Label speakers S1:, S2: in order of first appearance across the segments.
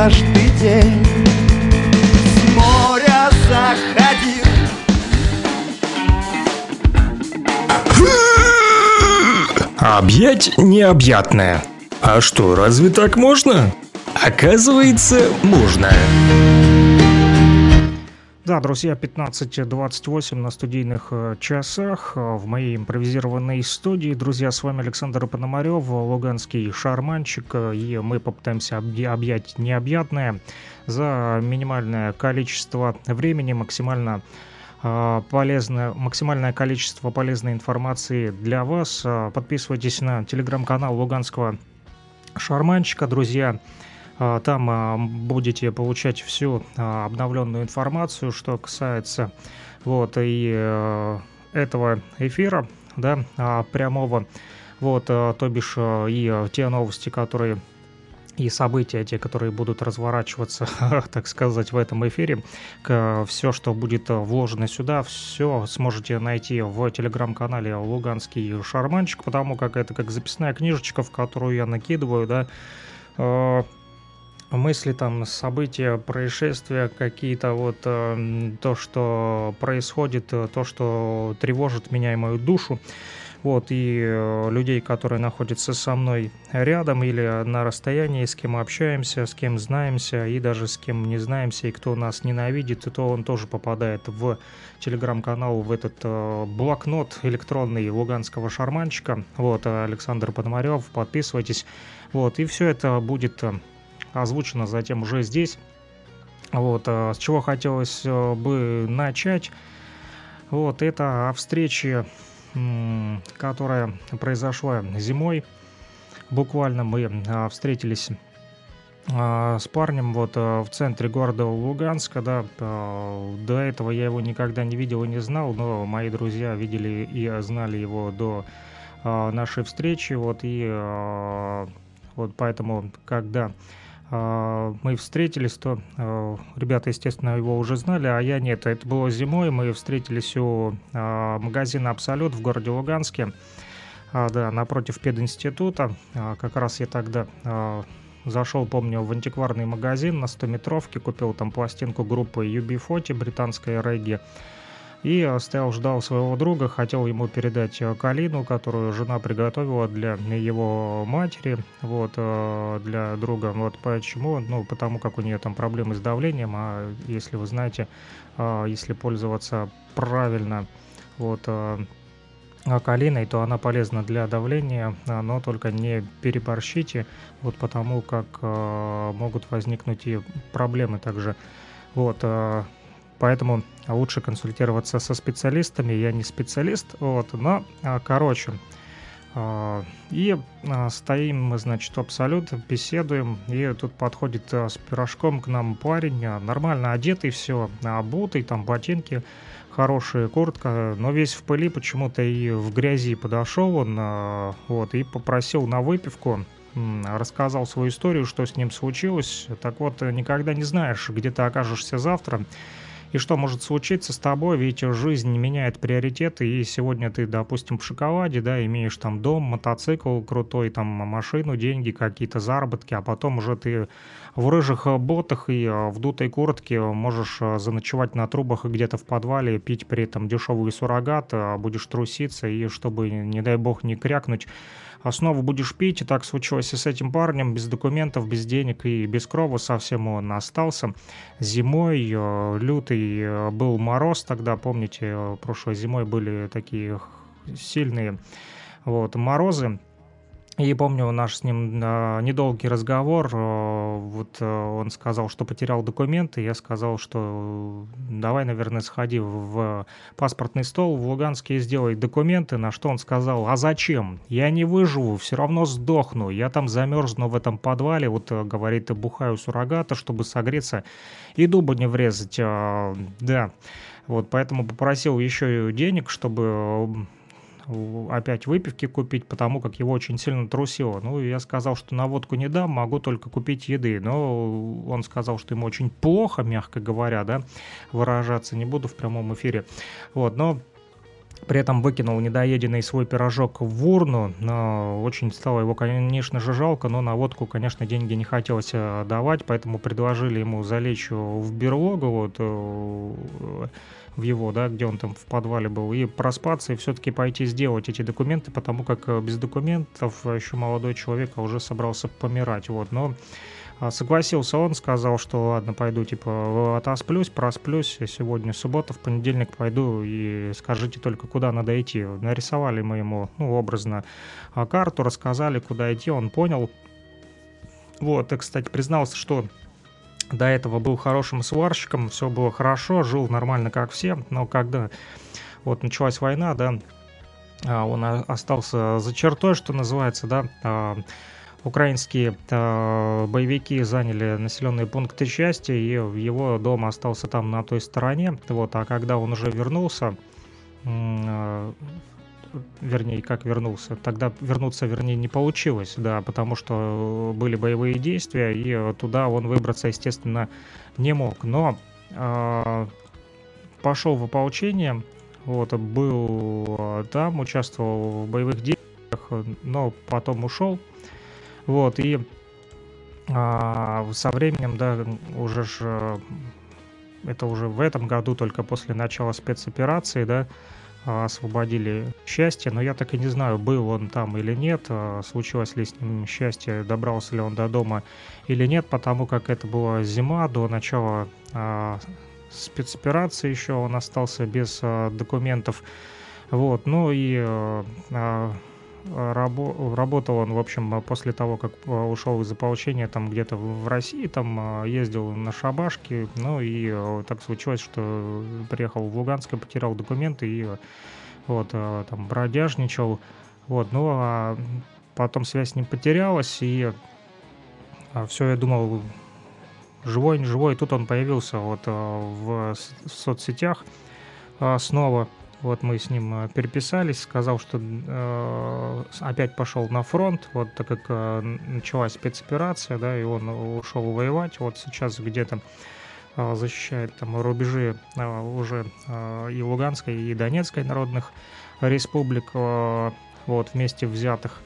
S1: каждый день. С моря заходил.
S2: Объять необъятное. А что, разве так можно? Оказывается, можно.
S3: Да, друзья, 15:28 на студийных часах в моей импровизированной студии. Друзья, с вами Александр Пономарев, луганский шарманщик, и мы попытаемся объять необъятное за минимальное количество времени, максимальное количество полезной информации для вас. Подписывайтесь на телеграм-канал Луганского шарманщика, друзья. Там будете получать всю обновленную информацию, что касается и этого эфира, да, прямого, то бишь и те новости, которые и события, те, которые будут разворачиваться, так сказать, в этом эфире. Все, что будет вложено сюда, все сможете найти в телеграм-канале Луганский шарманщик, потому как это как записная книжечка, в которую я накидываю, да, мысли, там, события, происшествия, какие-то то, что происходит, то, что тревожит меня и мою душу. И людей, которые находятся со мной рядом или на расстоянии, с кем общаемся, с кем знаемся, и даже с кем не знаемся, и кто нас ненавидит, то он тоже попадает в телеграм-канал, в этот блокнот электронный Луганского шарманщика. Александр Пономарев, подписывайтесь. И все это будет озвучено затем уже здесь. С чего хотелось бы начать, это о встрече, которая произошла зимой. Буквально мы встретились с парнем в центре города Луганска, да. До этого я его никогда не видел и не знал, но мои друзья видели и знали его до нашей встречи, поэтому, когда мы встретились, то ребята, естественно, его уже знали, а я нет. Это было зимой, мы встретились у магазина «Абсолют» в городе Луганске, да, напротив пединститута. Как раз я тогда зашел, помню, в антикварный магазин на 100-метровке, купил там пластинку группы UB40, британской регги, и стоял, ждал своего друга, хотел ему передать калину, которую жена приготовила для его матери, для друга. Почему? Потому как у нее там проблемы с давлением, а если вы знаете, если пользоваться правильно калиной, то она полезна для давления, но только не переборщите, потому как могут возникнуть и проблемы также. Поэтому лучше консультироваться со специалистами. Я не специалист, но, и стоим мы, значит, абсолютно, беседуем, и тут подходит с пирожком к нам парень, нормально одетый, все, обутый, там ботинки, хорошая куртка, но весь в пыли почему-то и в грязи. Подошел он, и попросил на выпивку. Рассказал свою историю, что с ним случилось. Так никогда не знаешь, где ты окажешься завтра. И что может случиться с тобой, ведь жизнь меняет приоритеты, и сегодня ты, допустим, в шоколаде, да, имеешь там дом, мотоцикл крутой, там машину, деньги, какие-то заработки, а потом уже ты в рыжих ботах и в дутой куртке можешь заночевать на трубах и где-то в подвале, пить при этом дешевый суррогат, будешь труситься, и чтобы, не дай бог, не крякнуть, снова будешь пить. И так случилось и с этим парнем, без документов, без денег и без крова совсем он остался. Зимой лютый был мороз тогда, помните, прошлой зимой были такие сильные морозы. И помню наш с ним недолгий разговор. Он сказал, что потерял документы. Я сказал, что давай, наверное, сходи в паспортный стол в Луганске и сделай документы. На что он сказал: а зачем? Я не выживу, все равно сдохну. Я там замерзну в этом подвале. Говорит, бухаю суррогата, чтобы согреться и дубу не врезать. Да, поэтому попросил еще денег, чтобы опять выпивки купить, потому как его очень сильно трусило. Я сказал, что на водку не дам, могу только купить еды. Но он сказал, что ему очень плохо, мягко говоря, да, выражаться не буду в прямом эфире. Но При этом выкинул недоеденный свой пирожок в урну. Но очень стало его, конечно же, жалко, но на водку, конечно, деньги не хотелось давать, поэтому предложили ему залечь в берлогу, вот, в его, да, где он там в подвале был, и проспаться, и все-таки пойти сделать эти документы, потому как без документов еще молодой человек уже собрался помирать, вот, но согласился он, сказал, что ладно, пойду, типа, отосплюсь, просплюсь, сегодня суббота, в понедельник пойду, и скажите только, куда надо идти. Нарисовали мы ему, ну, образно, карту, рассказали, куда идти, он понял. Вот, и, кстати, признался, что до этого был хорошим сварщиком, все было хорошо, жил нормально, как все, но когда вот началась война, да, он остался за чертой, что называется, да. Украинские боевики заняли населенные пункты счастья, и его дом остался там на той стороне. Вот, а когда он уже вернулся, вернее, как вернулся, тогда вернуться, вернее, не получилось, да, потому что были боевые действия, и туда он выбраться, естественно, не мог. Но пошел в ополчение, вот, был там, участвовал в боевых действиях, но потом ушел. Вот, и со временем, да, уже ж, это уже в этом году, только после начала спецоперации, да, освободили счастье, но я так и не знаю, был он там или нет, случилось ли с ним счастье, добрался ли он до дома или нет, потому как это была зима, до начала спецоперации еще он остался без документов, вот, ну и работал он, в общем, после того, как ушел из ополчения, там где-то в России, там ездил на шабашки, ну и так случилось, что приехал в Луганск и потерял документы, и вот там бродяжничал, вот, ну а потом связь с ним потерялась, и все, я думал, живой, не живой, и тут он появился вот в соцсетях снова. Вот мы с ним переписались, сказал, что опять пошел на фронт, вот так как началась спецоперация, да, и он ушел воевать, вот сейчас где-то защищает там рубежи уже и Луганской, и Донецкой народных республик, вот, вместе взятых.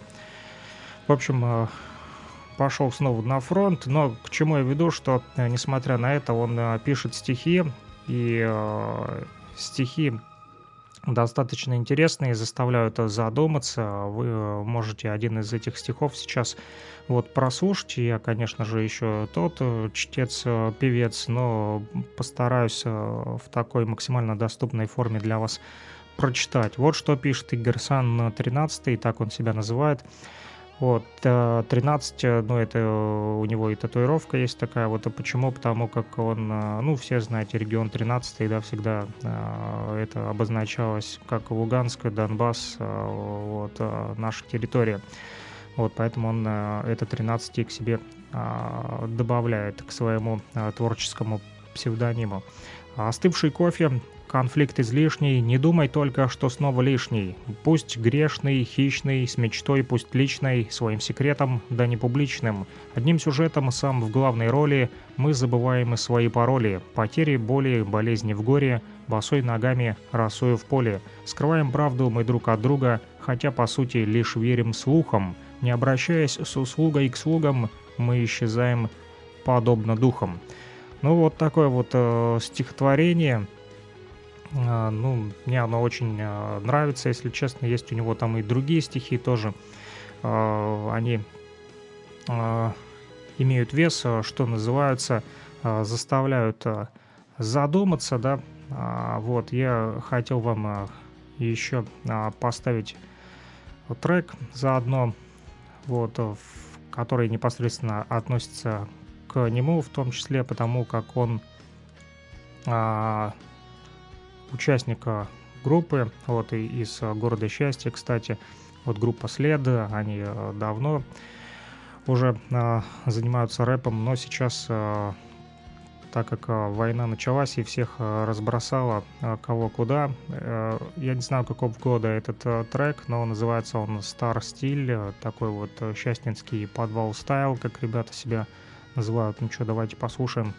S3: В общем, пошел снова на фронт, но к чему я веду, что, несмотря на это, он пишет стихи, и стихи достаточно интересные, заставляют задуматься. Вы можете один из этих стихов сейчас вот прослушать. Я, конечно же, еще тот чтец, певец, но постараюсь в такой максимально доступной форме для вас прочитать. Вот что пишет Игорь Сан 13, так он себя называет. Вот, 13, ну, это у него и татуировка есть такая, вот, а почему? Потому как он, ну, все знаете, регион 13, да, всегда это обозначалось как Луганск, Донбасс, вот, наша территория. Вот, поэтому он это 13 к себе добавляет к своему творческому псевдониму. Остывший кофе, конфликт излишний, не думай только, что снова лишний. Пусть грешный, хищный, с мечтой, пусть личной, своим секретом, да не публичным. Одним сюжетом, сам в главной роли, мы забываем и свои пароли. Потери, боли, болезни в горе, босой ногами, росою в поле. Скрываем правду мы друг от друга, хотя по сути лишь верим слухам. Не обращаясь с услугой к слугам, мы исчезаем подобно духам. Ну, вот такое вот стихотворение. Ну, мне оно очень нравится, если честно. Есть у него там и другие стихи тоже. Они имеют вес, что называется, заставляют задуматься, да. Вот, я хотел вам еще поставить трек заодно, вот, который непосредственно относится к нему, в том числе потому, как он участник группы, вот, и из города Счастья, кстати, вот группа След, они давно уже занимаются рэпом, но сейчас, так как война началась и всех разбросала кого куда, я не знаю, какого года этот трек, но называется он Star Style, такой вот счастьинский подвал стайл, как ребята себя называют. Ну что, давайте послушаем.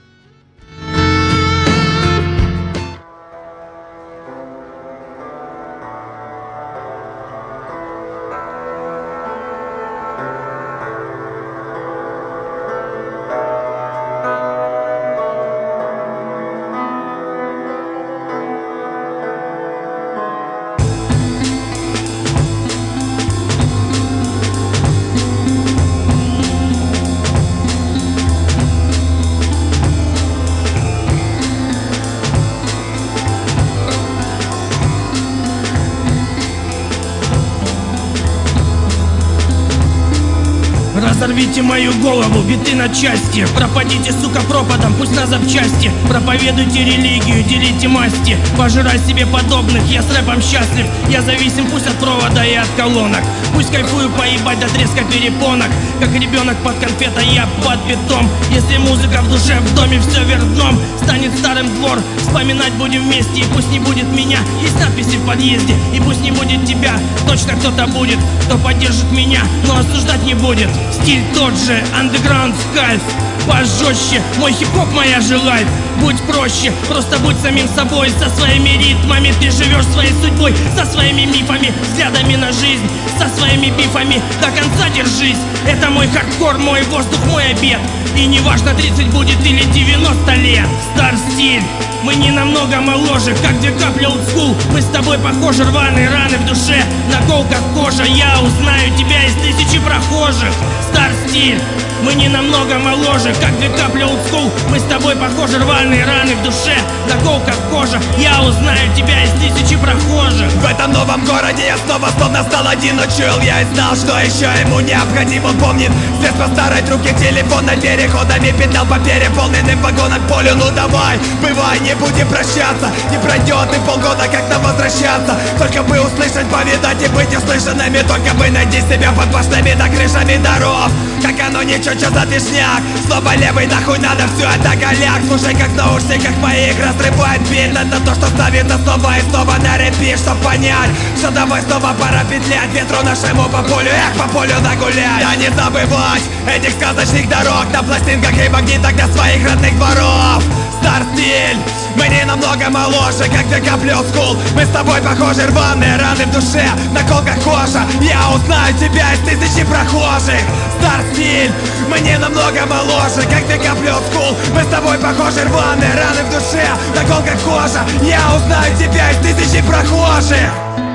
S4: Разорвите мою голову, биты на части. Пропадите, сука, пропадом, пусть на запчасти. Проповедуйте религию, делите масти. Пожирай себе подобных, я с рэпом счастлив. Я зависим пусть от провода и от колонок. Пусть кайфую поебать до треска перепонок. Как ребенок под конфетой, я под бетом. Если музыка в душе, в доме все вверх дном. Станет старым двор, вспоминать будем вместе. И пусть не будет меня, есть надписи в подъезде. И пусть не будет тебя, точно кто-то будет, кто поддержит меня, но осуждать не будет. Стиль тот же, андеграунд в кайф. Пожестче, мой хип-хоп, моя же лайф. Будь проще, просто будь самим собой. Со своими ритмами ты живешь своей судьбой. Со своими мифами, взглядами на жизнь. Со своими бифами до конца держись. Это мой хардкор, мой воздух, мой обед. И неважно, 30 будет или 90 лет. Стар-стиль, мы не намного моложе, как две капли олдскул. Мы с тобой похожи, рваные раны в душе, наколка кожа. Я узнаю тебя из тысячи прохожих. Стар-стиль, мы не намного моложе, как две капли олдскул. Мы с тобой похожи, рваные раны в душе, наколка кожа. Я узнаю тебя из тысячи прохожих.
S1: В этом новом городе я снова словно стал один. Но чуял я и знал, что еще ему необходим. Он помнит свет по старой трубке, телефон над переходами петлял по переполненным вагонам к полю. Ну давай, бывай, не будем прощаться. Не пройдет и полгода, как нам возвращаться. Только бы услышать, повидать и быть услышанными. Только бы найти себя под башнями да крышами дорог. Как оно ничего, что за движняк. Снова левый, нахуй надо, все это голяк. Слушай, как в наушниках моих разрывает бит. Это то, что ставится снова и снова на репит. Чтоб понять, что домой снова пора петлять. Ветру нашему по полю, эх, по полю нагулять. Да не забывать этих сказочных дорог. На пластинках и магнитах для своих родных дворов. Стар-стиль, мы не намного моложе, как две капли олдскул. Мы с тобой похожи, рваные раны в душе, наколка кожа. Я узнаю тебя из тысячи прохожих. Стар-стиль, мы не намного моложе, как две капли олдскул. Мы с тобой похожи, рваные раны в душе, наколка кожа. Я узнаю тебя из тысячи прохожих.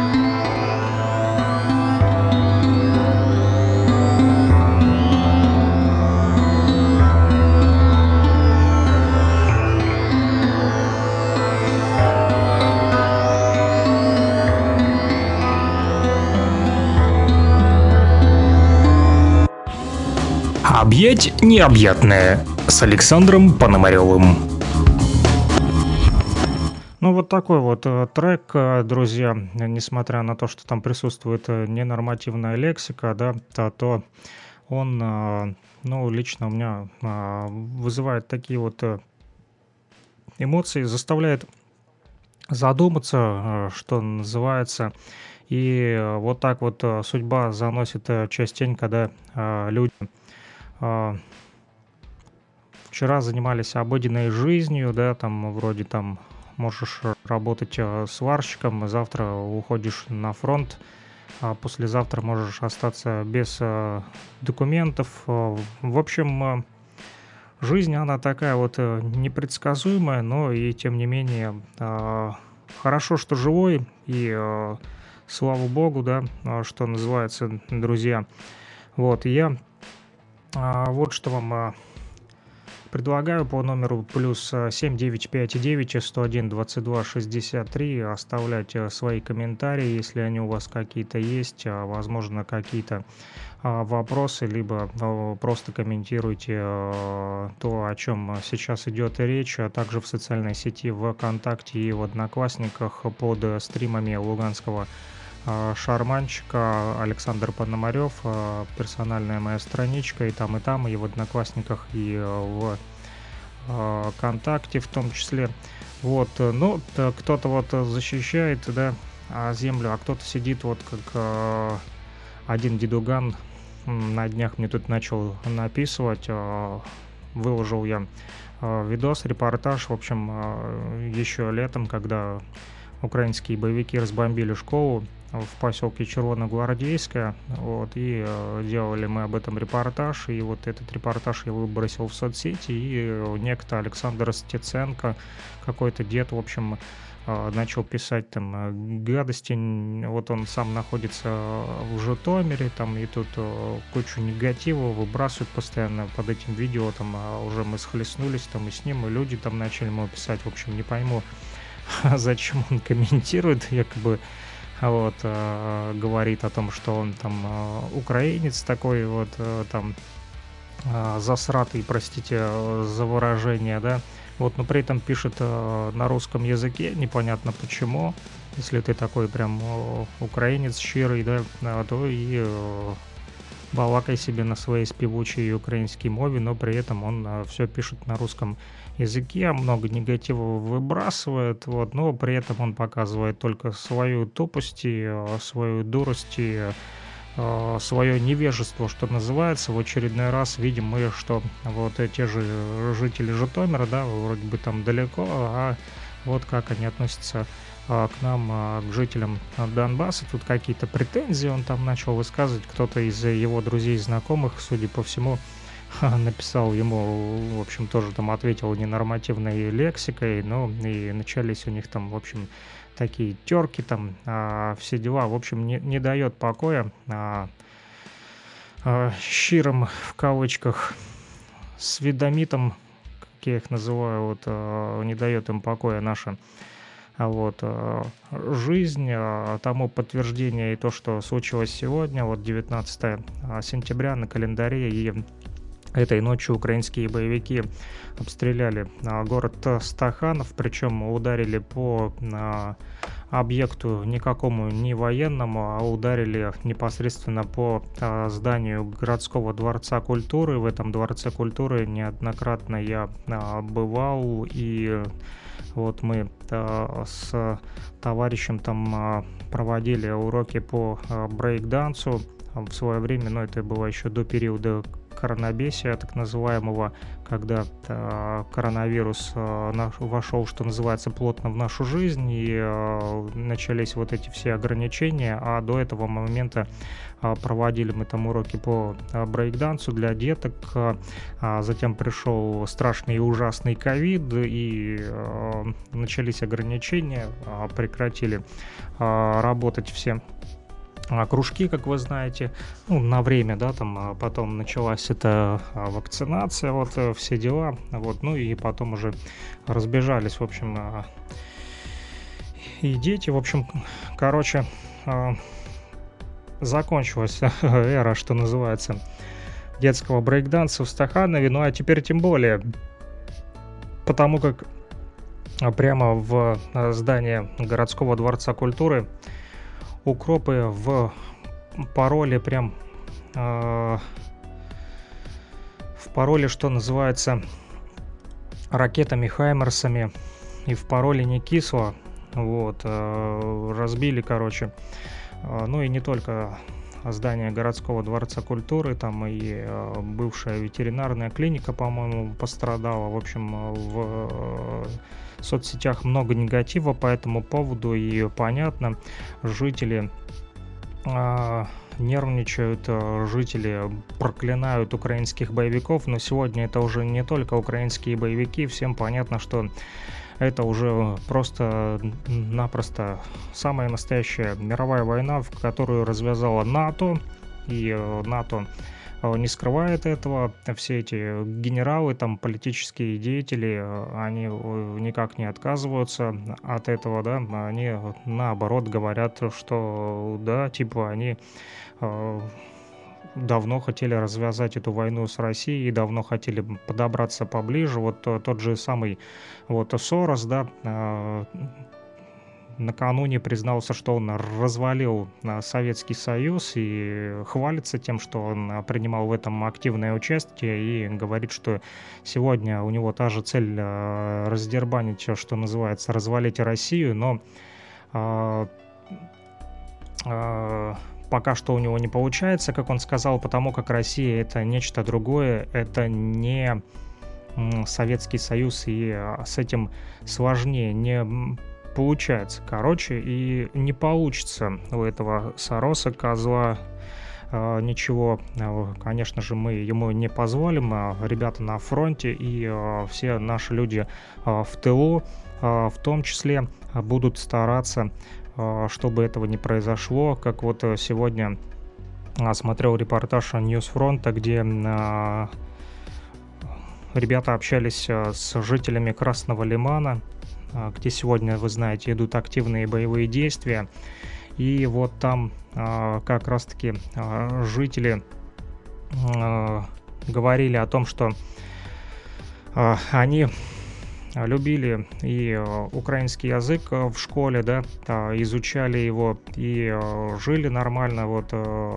S2: Объять необъятное с Александром Пономаревым.
S3: Ну, вот такой вот трек, друзья, несмотря на то, что там присутствует ненормативная лексика, да, то он, ну, лично у меня вызывает такие вот эмоции, заставляет задуматься, что называется. И вот так вот судьба заносит частенько, да, люди вчера занимались обыденной жизнью, да, там вроде там можешь работать сварщиком, завтра уходишь на фронт, а послезавтра можешь остаться без документов. В общем, жизнь, она такая вот непредсказуемая, но и тем не менее хорошо, что живой, и слава богу, да, что называется, друзья. Вот, и я вот что вам предлагаю по номеру плюс 7959 101 22 63 оставлять свои комментарии, если они у вас какие-то есть, возможно, какие-то вопросы, либо просто комментируйте то, о чем сейчас идет речь, а также в социальной сети ВКонтакте и в Одноклассниках под стримами луганского шарманщика Александр Пономарев, персональная моя страничка, и там, и в Одноклассниках, и в ВКонтакте в том числе. Вот, ну, кто-то вот защищает, да, землю, а кто-то сидит вот как один дедуган на днях мне тут начал написывать, выложил я видос, репортаж, в общем, еще летом, когда украинские боевики разбомбили школу в поселке Червоногвардейское, вот, и делали мы об этом репортаж, и вот этот репортаж я выбросил в соцсети, и некто Александр Стеценко, какой-то дед, в общем, начал писать там гадости, вот он сам находится в Житомире, там, и тут кучу негатива выбрасывают постоянно под этим видео, там, уже мы схлестнулись там и с ним, и люди там начали ему писать, в общем, не пойму, зачем он комментирует, якобы, вот, говорит о том, что он там украинец такой, вот, там, засратый, простите за выражение, да, вот, но при этом пишет на русском языке, непонятно почему. Если ты такой прям украинец щирый, да, то и балакай себе на своей спевучей украинской мове, но при этом он все пишет на русском языке, много негатива выбрасывает, вот, но при этом он показывает только свою тупость, и, свою дурость и свое невежество, что называется. В очередной раз видим мы, что вот те же жители Житомира, да, вроде бы там далеко, а вот как они относятся к нам, к жителям Донбасса. Тут какие-то претензии он там начал высказывать. Кто-то из его друзей и знакомых, судя по всему, написал ему, в общем, тоже там ответил ненормативной лексикой, но и начались у них там, в общем, такие терки там, все дела, в общем, не дает покоя щирым, в кавычках, сведомитам, как я их называю, вот, не дает им покоя наша вот жизнь, тому подтверждение и то, что случилось сегодня, вот 19 сентября на календаре, и этой ночью украинские боевики обстреляли город Стаханов, причем ударили по объекту никакому не военному, а ударили непосредственно по зданию городского дворца культуры. В этом дворце культуры неоднократно я бывал, и вот мы с товарищем там проводили уроки по брейк-дансу в свое время, но это было еще до периода коронабесия, так называемого, когда коронавирус вошел, что называется, плотно в нашу жизнь, и начались вот эти все ограничения, а до этого момента проводили мы там уроки по брейкдансу для деток, затем пришел страшный и ужасный ковид, и начались ограничения, прекратили работать все кружки, как вы знаете, ну, на время, да, там потом началась эта вакцинация, вот все дела, вот, ну и потом уже разбежались, в общем, и дети, в общем, короче, закончилась эра, что называется, детского брейкданса в Стаханове, ну а теперь тем более, потому как прямо в здании городского дворца культуры укропы в пароле прям в пароле, что называется, ракетами Хаймерсами, и в пароле не кисло, вот, разбили, короче, ну и не только здание городского дворца культуры, там и бывшая ветеринарная клиника, по-моему, пострадала. В общем, в соцсетях много негатива по этому поводу, и понятно, жители нервничают, жители проклинают украинских боевиков, но сегодня это уже не только украинские боевики, всем понятно, что это уже просто-напросто самая настоящая мировая война, в которую развязала НАТО, и НАТО не скрывает этого. Все эти генералы, там, политические деятели, они никак не отказываются от этого, да, они наоборот говорят, что да, типа они давно хотели развязать эту войну с Россией, давно хотели подобраться поближе. Вот тот же самый вот Сорос, да, накануне признался, что он развалил Советский Союз и хвалится тем, что он принимал в этом активное участие, и говорит, что сегодня у него та же цель раздербанить, что называется, развалить Россию, но пока что у него не получается, как он сказал, потому как Россия — это нечто другое, это не Советский Союз, и с этим сложнее не получается. Короче, и не получится у этого Сороса, козла, ничего, конечно же, мы ему не позволим. Ребята на фронте и все наши люди в тылу, в том числе, будут стараться, чтобы этого не произошло. Как вот сегодня смотрел репортаж Ньюсфронта, где ребята общались с жителями Красного Лимана, где сегодня, вы знаете, идут активные боевые действия. И вот там как раз-таки жители говорили о том, что они любили и украинский язык в школе, да, изучали его и жили нормально вот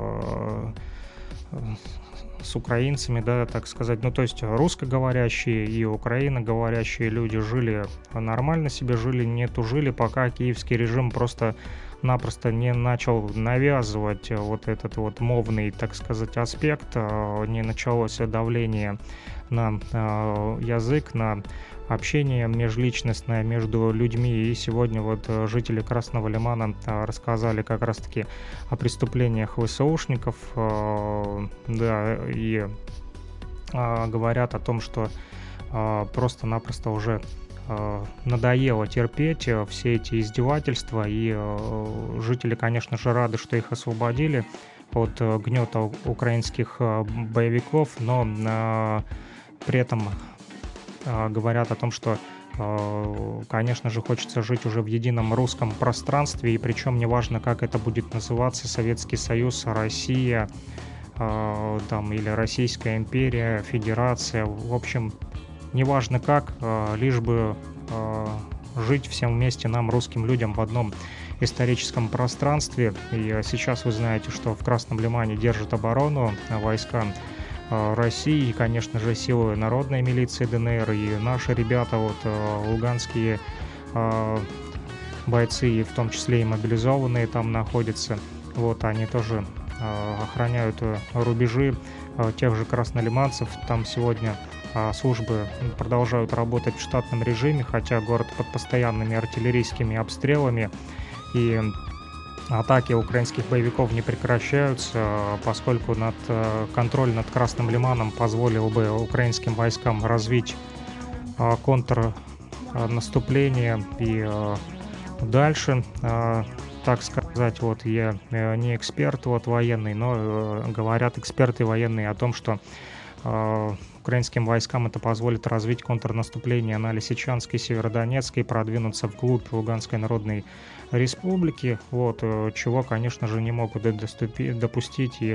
S3: с украинцами, да, так сказать. Ну, то есть русскоговорящие и украиноговорящие люди жили нормально себе, жили, не тужили, пока киевский режим просто-напросто не начал навязывать вот этот вот мовный, так сказать, аспект, не началось давление на язык, на общение межличностное между людьми. И сегодня вот жители Красного Лимана рассказали как раз-таки о преступлениях ВСУшников, да, и говорят о том, что просто-напросто уже надоело терпеть все эти издевательства, и жители, конечно же, рады, что их освободили от гнета украинских боевиков, но при этом говорят о том, что, конечно же, хочется жить уже в едином русском пространстве, и причем неважно, как это будет называться: Советский Союз, Россия, там, или Российская империя, Федерация, в общем, неважно как, лишь бы жить всем вместе нам, русским людям, в одном историческом пространстве. И сейчас вы знаете, что в Красном Лимане держат оборону войска России и, конечно же, силы народной милиции ДНР, и наши ребята, вот луганские бойцы, и в том числе и мобилизованные там находятся. Вот они тоже охраняют рубежи тех же краснолиманцев. Там сегодня службы продолжают работать в штатном режиме, хотя город под постоянными артиллерийскими обстрелами, и атаки украинских боевиков не прекращаются, поскольку контроль над Красным Лиманом позволил бы украинским войскам развить контрнаступление и дальше, так сказать. Вот я не эксперт вот военный, но говорят эксперты военные о том, что украинским войскам это позволит развить контрнаступление на Лисичанск и Северодонецк и продвинуться вглубь Луганской Народной Республики, вот, чего, конечно же, не могут допустить и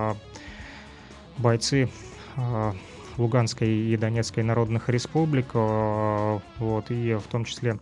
S3: бойцы Луганской и Донецкой Народных Республик, вот, и в том числе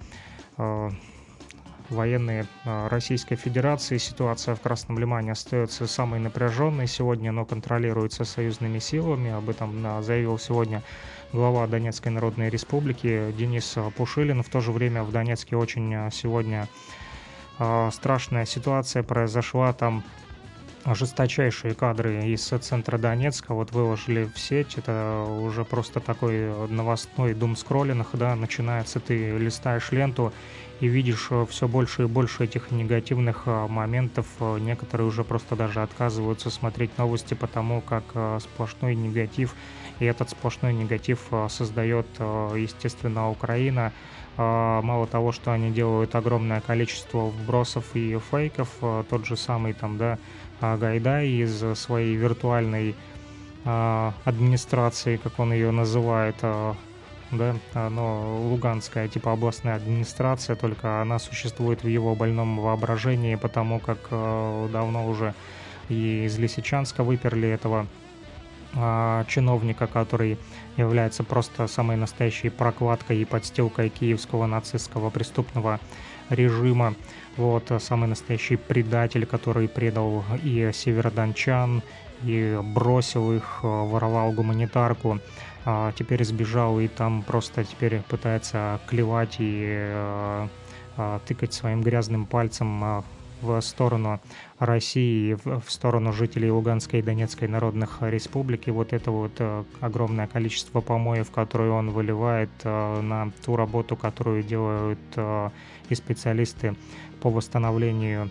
S3: военные Российской Федерации. Ситуация в Красном Лимане остается самой напряженной сегодня, но контролируется союзными силами. Об этом заявил сегодня глава Донецкой Народной Республики Денис Пушилин. В то же время в Донецке очень сегодня страшная ситуация произошла. Там жесточайшие кадры из центра Донецка вот выложили в сеть. Это уже просто такой новостной думскроллинг, да, начинается. Ты листаешь ленту и видишь все больше и больше этих негативных моментов. Некоторые уже просто даже отказываются смотреть новости, потому как сплошной негатив. И этот сплошной негатив создает, естественно, Украина. Мало того, что они делают огромное количество вбросов и фейков, тот же самый там, да, Гайдай из своей виртуальной администрации, как он ее называет, да, но луганская типа областная администрация, только она существует в его больном воображении, потому как давно уже и из Лисичанска выперли этого чиновника, который является просто самой настоящей прокладкой и подстилкой киевского нацистского преступного режима. Вот, самый настоящий предатель, который предал и северодончан, и бросил их, воровал гуманитарку, теперь сбежал и там просто теперь пытается клевать и тыкать своим грязным пальцем в сторону России, в сторону жителей Луганской и Донецкой Народных Республик. И вот это вот огромное количество помоев, которые он выливает на ту работу, которую делают и специалисты по восстановлению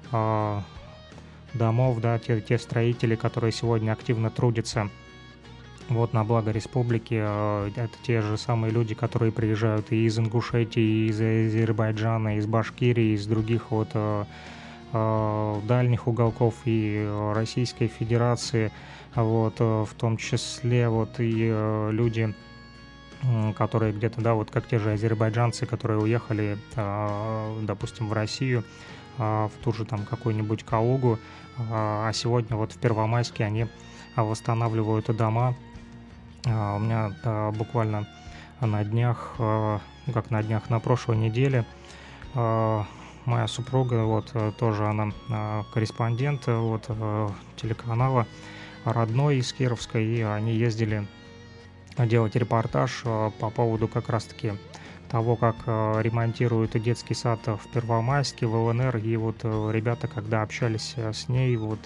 S3: домов, да, те строители, которые сегодня активно трудятся вот на благо республики. Это те же самые люди, которые приезжают и из Ингушетии, и из Азербайджана, из Башкирии, из других вот дальних уголков и Российской Федерации, вот, в том числе вот и люди, которые где-то, да, вот как те же азербайджанцы, которые уехали, допустим, в Россию, в ту же там какую-нибудь Калугу, а сегодня вот в Первомайске они восстанавливают дома У меня буквально на днях, как на днях, на прошлой неделе, моя супруга, вот, тоже она корреспондент, вот, телеканала родной из Кировска, и они ездили делать репортаж по поводу как раз-таки того, как ремонтируют детский сад в Первомайске, в ЛНР, и вот ребята, когда общались с ней, вот,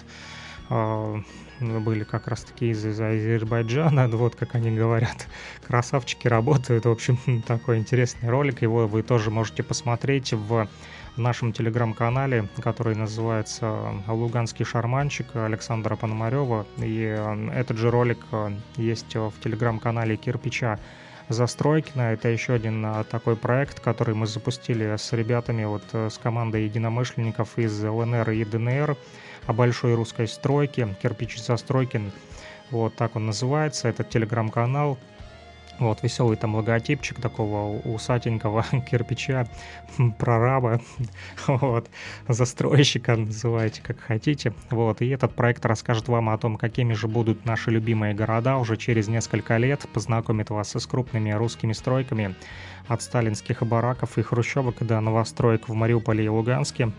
S3: были как раз-таки из Азербайджана, вот как они говорят, красавчики работают, в общем, такой интересный ролик, его вы тоже можете посмотреть в нашем телеграм-канале, который называется «Луганский шарманщик» Александра Пономарева, и этот же ролик есть в телеграм-канале «Кирпича Застройкина». Это еще один такой проект, который мы запустили с ребятами, вот с командой единомышленников из ЛНР и ДНР о большой русской стройке. «Кирпич Застройкин», вот так он называется, этот телеграм-канал. Вот, веселый там логотипчик такого усатенького кирпича, прораба, вот, застройщика, называйте как хотите. Вот, и этот проект расскажет вам о том, какими же будут наши любимые города уже через несколько лет, познакомит вас с крупными русскими стройками от сталинских бараков и хрущевок до новостроек в Мариуполе и Луганске.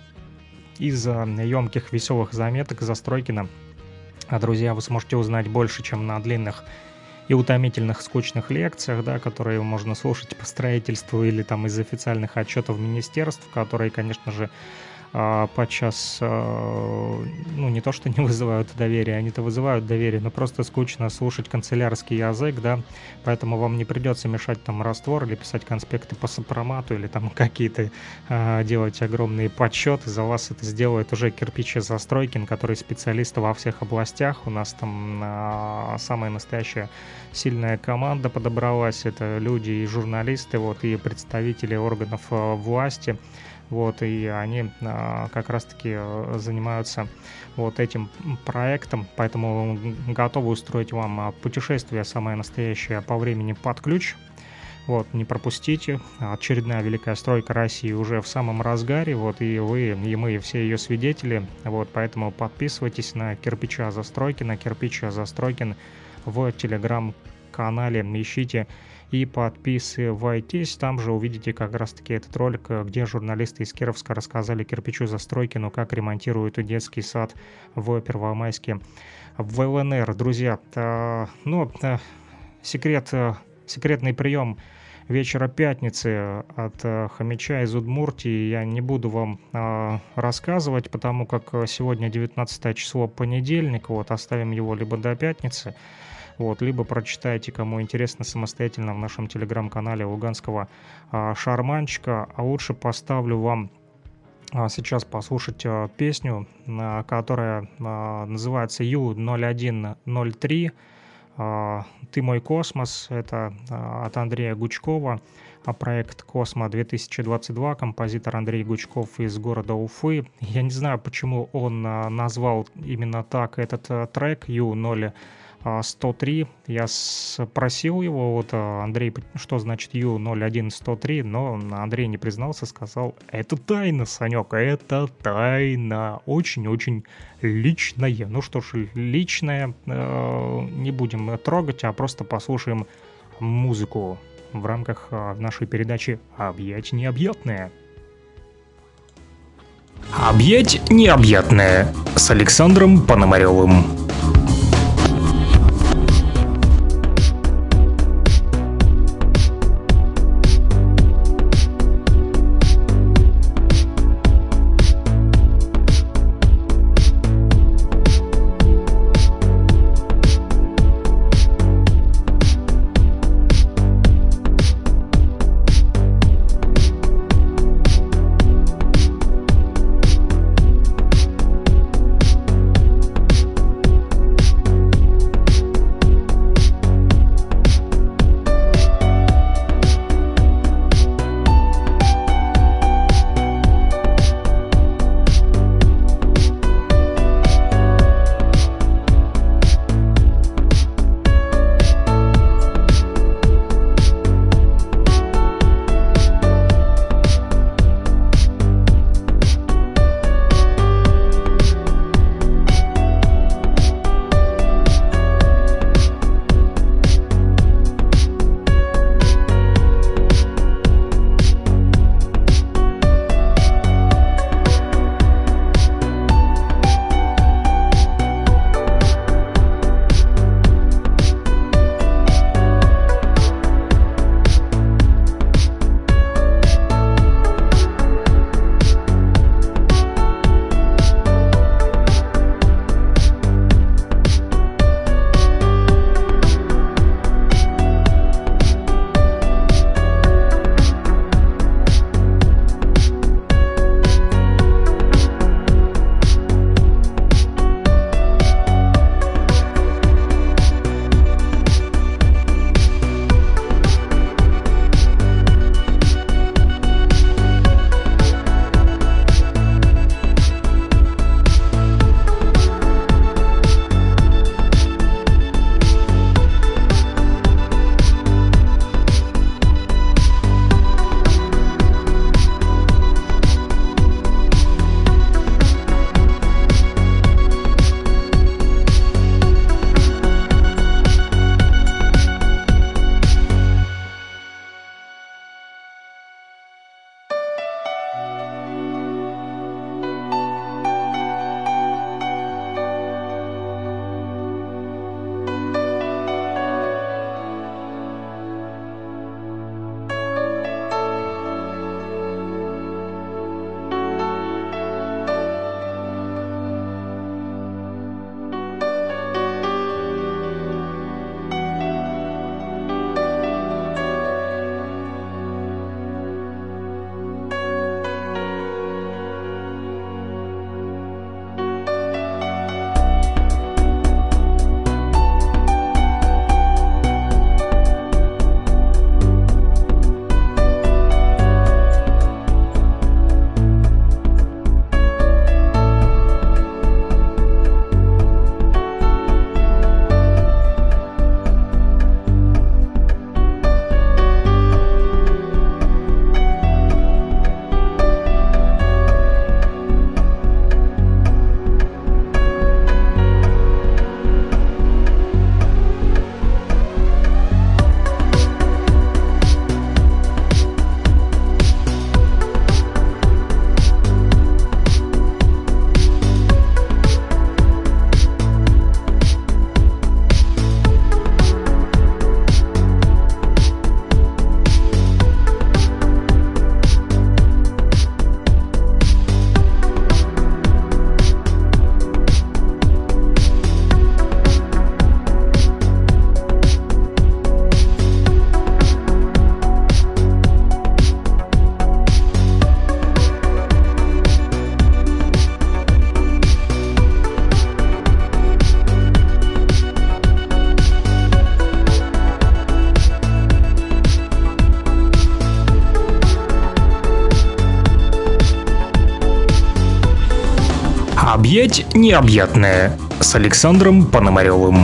S3: Из емких веселых заметок Застройкина, друзья, вы сможете узнать больше, чем на длинных и утомительных, скучных лекциях, да, которые можно слушать по строительству или там из официальных отчетов министерств, которые, конечно же, подчас, ну, не то что не вызывают доверия, они-то вызывают доверие, но просто скучно слушать канцелярский язык, да, поэтому вам не придется мешать там раствор или писать конспекты по сопромату или там какие-то делать огромные подсчеты, за вас это сделает уже Кирпич Застройкин, который специалист во всех областях, у нас там самая настоящая сильная команда подобралась, это люди и журналисты, вот, и представители органов власти. Вот, и они как раз-таки занимаются вот этим проектом, поэтому готовы устроить вам путешествие самое настоящее по времени под ключ. Вот, не пропустите. Очередная великая стройка России уже в самом разгаре, вот, и вы, и мы, и все ее свидетели. Вот, поэтому подписывайтесь на Кирпича Застройкина, Кирпича Застройкин в телеграм-канале, ищите и подписывайтесь. Там же увидите как раз-таки этот ролик, где журналисты из Кировска рассказали Кирпичу Застройкину, как ремонтируют детский сад в Первомайске в ЛНР. Друзья, секретный прием вечера пятницы от хомяча из Удмуртии я не буду вам рассказывать, потому как сегодня 19 число, понедельник, вот, оставим его либо до пятницы, вот, либо прочитайте, кому интересно, самостоятельно в нашем телеграм-канале Луганского шарманщика, а лучше поставлю вам сейчас послушать песню, которая называется Ю-0103 «Ты мой космос». Это от Андрея Гучкова, проект «Космо-2022», композитор Андрей Гучков из города Уфы. Я не знаю, почему он назвал именно так этот трек Ю-0103. Я спросил его, вот, Андрей, что значит Ю-0103, но Андрей не признался, сказал: это тайна, Санек, это тайна, очень-очень личная. Ну что ж, личное не будем трогать, а просто послушаем музыку в рамках нашей передачи «Объять необъятное».
S2: «Объять необъятное» с Александром Пономаревым. Объять необъятное с Александром Пономаревым.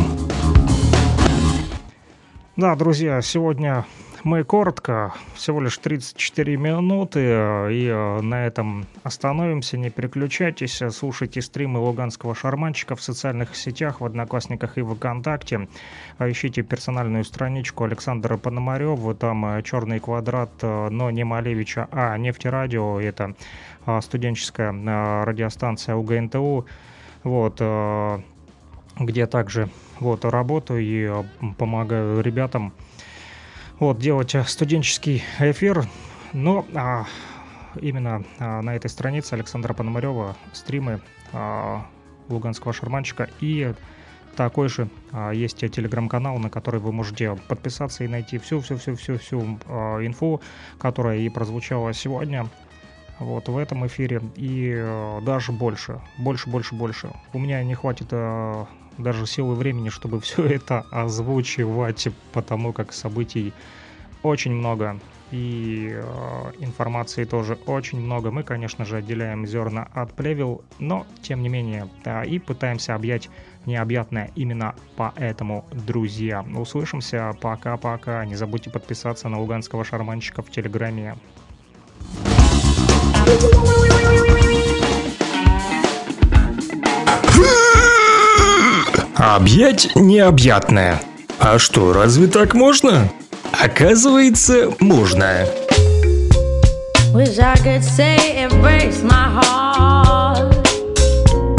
S3: Да, друзья, сегодня мы коротко, всего лишь 34 минуты, и на этом остановимся. Не переключайтесь, слушайте стримы Луганского шарманщика в социальных сетях, в Одноклассниках и ВКонтакте. Ищите персональную страничку Александра Пономарева, там черный квадрат, но не Малевича, а Нефтерадио, это студенческая радиостанция УГНТУ, вот, где также вот работаю и помогаю ребятам вот делать студенческий эфир, но именно на этой странице Александра Пономарева стримы Луганского шарманщика, и такой же есть телеграм-канал, на который вы можете подписаться и найти всю инфу, которая и прозвучала сегодня вот в этом эфире, и даже больше. У меня не хватит даже силы времени, чтобы все это озвучивать, потому как событий очень много и информации тоже очень много. Мы, конечно же, отделяем зерна от плевел, но тем не менее, да, и пытаемся объять необъятное именно поэтому, друзья. Услышимся, пока-пока. Не забудьте подписаться на Луганского шарманщика в Телеграме.
S2: Объять необъятное. А что, разве так можно? Оказывается, можно.
S5: Wish I could say it breaks my heart.